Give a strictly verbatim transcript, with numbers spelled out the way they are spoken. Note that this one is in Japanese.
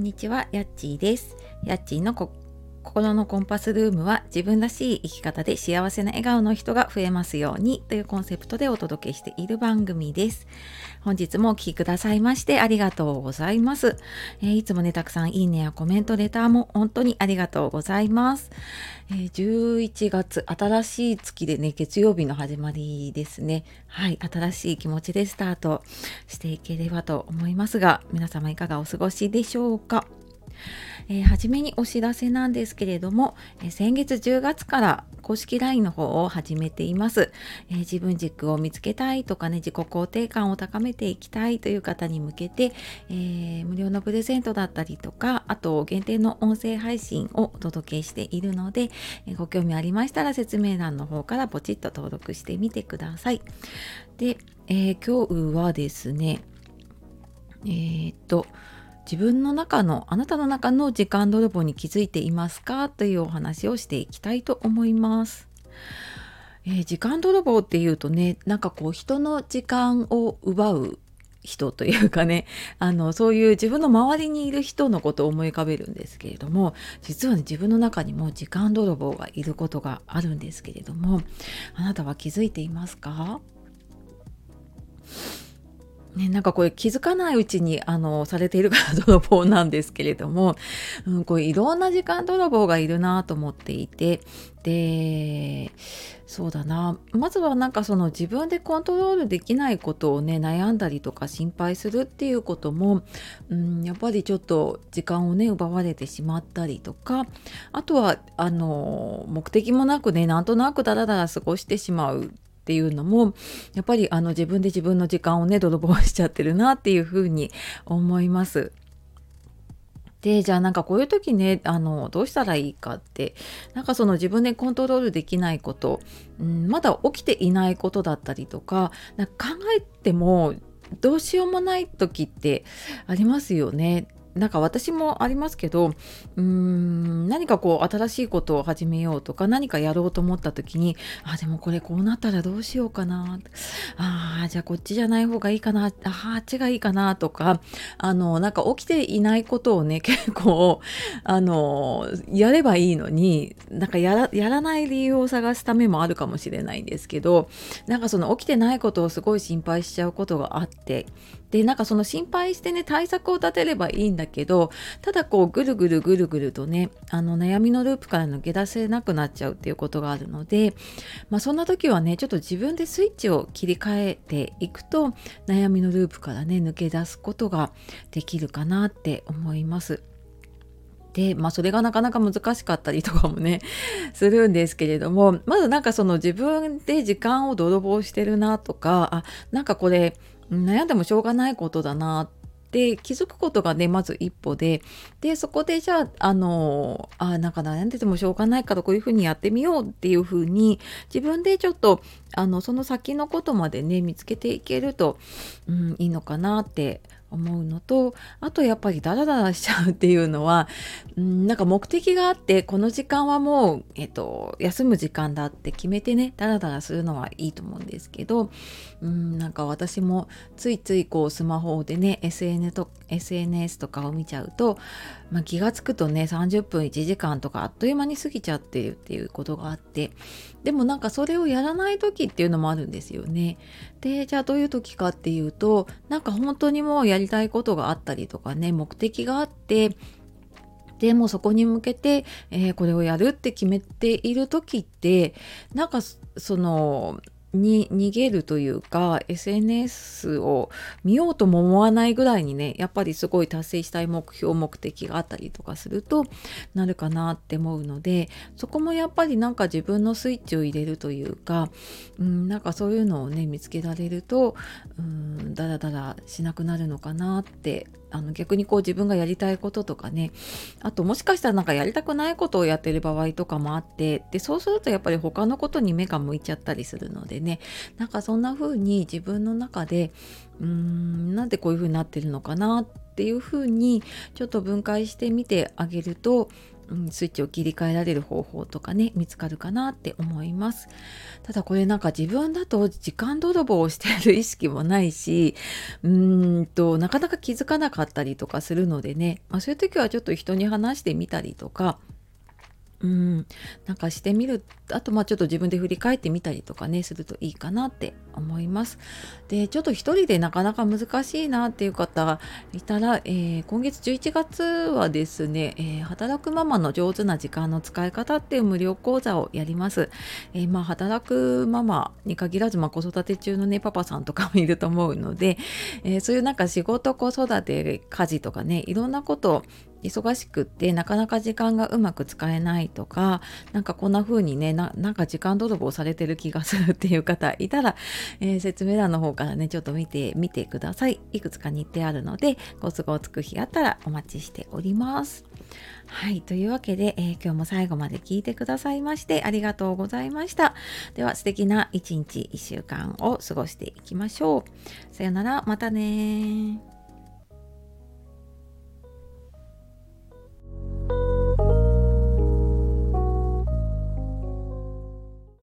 んにちは、やっちーです。やっちーのこ心のコンパスルームは、自分らしい生き方で幸せな笑顔の人が増えますようにというコンセプトでお届けしている番組です。本日もお聞きくださいましてありがとうございます。えーいつもね、たくさんいいねやコメント、レターも本当にありがとうございます。えーじゅういちがつ、新しい月でね、月曜日の始まりですね。はい、新しい気持ちでスタートしていければと思いますが、皆様いかがお過ごしでしょうか。えー、初めにお知らせなんですけれども、えー先月じゅうがつから公式 ライン の方を始めています。えー自分軸を見つけたいとかね、自己肯定感を高めていきたいという方に向けて、えー無料のプレゼントだったりとか、あと限定の音声配信をお届けしているので、えーご興味ありましたら説明欄の方からポチッと登録してみてください。で、えー今日はですね、えーっと自分の中のあなたの中の時間泥棒に気づいていますかというお話をしていきたいと思います。えー時間泥棒っていうとね、なんかこう人の時間を奪う人というかね、あのそういう自分の周りにいる人のことを思い浮かべるんですけれども、実はね、自分の中にも時間泥棒がいることがあるんですけれども、あなたは気づいていますか？ね、なんかこれ気づかないうちにあのされているから泥棒なんですけれども、うん、こういろんな時間泥棒がいるなと思っていて、で、そうだな、まずはなんかその自分でコントロールできないことをね、悩んだりとか心配するっていうことも、うん、やっぱりちょっと時間をね奪われてしまったりとか、あとはあの目的もなくね、なんとなくだらだら過ごしてしまうっていうのも、やっぱりあの自分で自分の時間をね泥棒しちゃってるなっていうふうに思います。で、じゃあなんかこういう時ね、あのどうしたらいいかって、なんかその自分でコントロールできないこと、うん、まだ起きていないことだったりとか、なんか考えてもどうしようもない時ってありますよね。なんか私もありますけど、うーん、何かこう新しいことを始めようとか、何かやろうと思った時に、あ、でもこれこうなったらどうしようかな、あーじゃあこっちじゃない方がいいかな、ああっちがいいかなとか、あのなんか起きていないことをね結構あのやればいいのに、なんかやらやらない理由を探すためもあるかもしれないんですけど、なんかその起きてないことをすごい心配しちゃうことがあって、でなんかその心配してね対策を立てればいいんだけど、ただこうぐるぐるぐるぐるとね、あの悩みのループから抜け出せなくなっちゃうっていうことがあるので、まあ、そんな時はねちょっと自分でスイッチを切り替えていくと、悩みのループからね抜け出すことができるかなって思います。で、まあそれがなかなか難しかったりとかもねするんですけれども、まずなんかその自分で時間を泥棒してるなとか、あ、なんかこれうん悩んでもしょうがないことだなって気づくことがねまず一歩で、でそこでじゃああのあなんか悩んでてもしょうがないからこういうふうにやってみようっていうふうに、自分でちょっとあのその先のことまでね見つけていけると、うん、いいのかなって思うのと、あとやっぱりダラダラしちゃうっていうのは、うん、なんか目的があって、この時間はもう、えっと、休む時間だって決めてねダラダラするのはいいと思うんですけど、うん、なんか私もついついこうスマホでね エスエヌ と エスエヌエス とかを見ちゃうと、まあ、気がつくとねさんじゅっぷんいちじかんとかあっという間に過ぎちゃっているっていうことがあって、でもなんかそれをやらない時っていうのもあるんですよね。で、じゃあどういう時かっていうと、なんか本当にもうやりたいことがあったりとかね、目的があって、でもうそこに向けて、えーこれをやるって決めている時って、なんかそそのに逃げるというか エスエヌエス を見ようとも思わないぐらいにね、やっぱりすごい達成したい目標目的があったりとかするとなるかなって思うので、そこもやっぱりなんか自分のスイッチを入れるというか、うん、なんかそういうのをね見つけられると、うん、だらだらしなくなるのかなって、あの逆にこう自分がやりたいこととかね、あともしかしたらなんかやりたくないことをやってる場合とかもあって、でそうするとやっぱり他のことに目が向いちゃったりするのでね、なんかそんな風に自分の中でうーんなんでこういう風になってるのかなっていう風にちょっと分解してみてあげると、 うん、スイッチを切り替えられる方法とかね見つかるかなって思います。ただこれなんか自分だと時間泥棒をしている意識もないし、うーんとなかなか気づかなかったりとかするのでね、まあ、そういう時はちょっと人に話してみたりとか、うん、なんかしてみる。あとまあちょっと自分で振り返ってみたりとかねするといいかなって思います。で、ちょっと一人でなかなか難しいなっていう方がいたら、えー今月じゅういちがつはですね、えー働くママの上手な時間の使い方っていう無料講座をやります。えーまあ働くママに限らず、まあ、子育て中のねパパさんとかもいると思うので、えーそういうなんか仕事子育て家事とかねいろんなこと忙しくってなかなか時間がうまく使えないとか、なんかこんな風にねななんか時間泥棒されてる気がするっていう方いたら、えー説明欄の方からねちょっと見てみてください。いくつか日程あるのでご都合つく日あったらお待ちしております。はい、というわけで、えー今日も最後まで聞いてくださいましてありがとうございました。では素敵な一日一週間を過ごしていきましょう。さよなら、またね。